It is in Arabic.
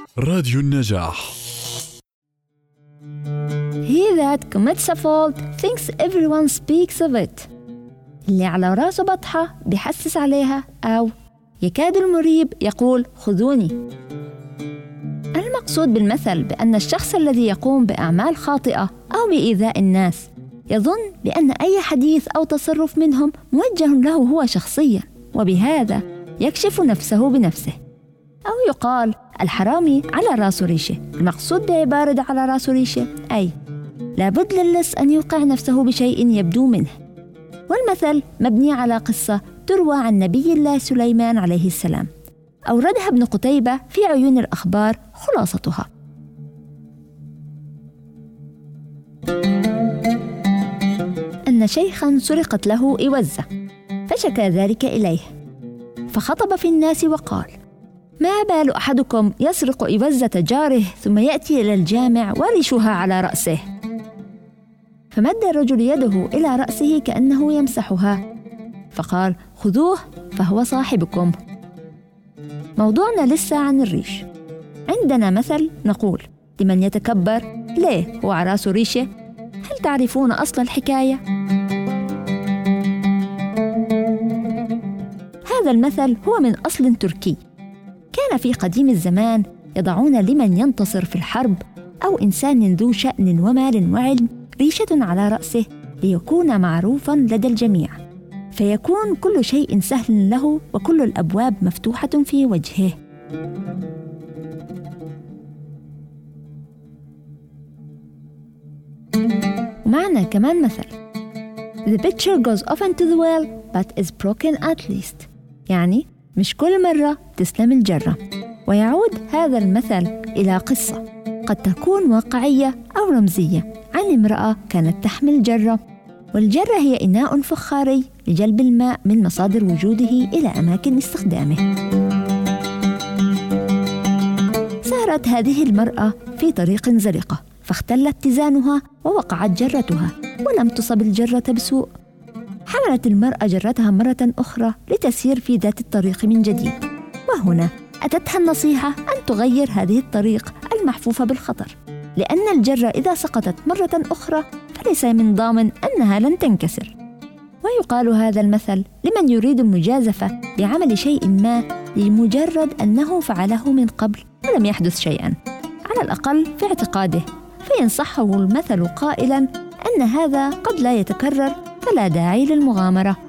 راديو النجاح. He that commits a fault thinks everyone speaks of it. اللي على راسه بطحة بيحسس عليها، أو يكاد المريب يقول خذوني. المقصود بالمثل بأن الشخص الذي يقوم بأعمال خاطئة أو بإيذاء الناس يظن بأن أي حديث أو تصرف منهم موجه له هو شخصيا، وبهذا يكشف نفسه بنفسه. أو يقال الحرامي على رأس ريشة. المقصود بعبارة على رأس ريشة أي لابد للص أن يوقع نفسه بشيء يبدو منه. والمثل مبني على قصة تروى عن نبي الله سليمان عليه السلام، أوردها ابن قتيبة في عيون الأخبار. خلاصتها: أن شيخا سرقت له إوزة، فشكى ذلك إليه، فخطب في الناس وقال: ما بال أحدكم يسرق إوزة جاره ثم يأتي إلى الجامع ورشها على رأسه؟ فمد الرجل يده إلى رأسه كأنه يمسحها، فقال: خذوه فهو صاحبكم. موضوعنا لسه عن الريش. عندنا مثل نقول لمن يتكبر: ليه هو على رأسه ريشة؟ هل تعرفون أصل الحكاية؟ هذا المثل هو من أصل تركي. كان في قديم الزمان يضعون لمن ينتصر في الحرب أو إنسان ذو شأن ومال وعلم ريشة على رأسه ليكون معروفاً لدى الجميع، فيكون كل شيء سهل له وكل الأبواب مفتوحة في وجهه. معنا كمان مثل: The pitcher goes often to the well but is broken at least. يعني مش كل مرة تسلم الجرة. ويعود هذا المثل إلى قصة قد تكون واقعية أو رمزية عن امرأة كانت تحمل جرة، والجرة هي إناء فخاري لجلب الماء من مصادر وجوده إلى أماكن استخدامه. سارت هذه المرأة في طريق زلقة، فاختل اتزانها ووقعت جرتها، ولم تصب الجرة بسوء. حملت المرأة جرتها مرة أخرى لتسير في ذات الطريق من جديد، وهنا أتتها النصيحة أن تغير هذه الطريق المحفوفة بالخطر، لأن الجرة إذا سقطت مرة أخرى فليس من ضامن أنها لن تنكسر. ويقال هذا المثل لمن يريد المجازفة بعمل شيء ما لمجرد أنه فعله من قبل ولم يحدث شيئا، على الأقل في اعتقاده، فينصحه المثل قائلا أن هذا قد لا يتكرر، فلا داعي للمغامرة.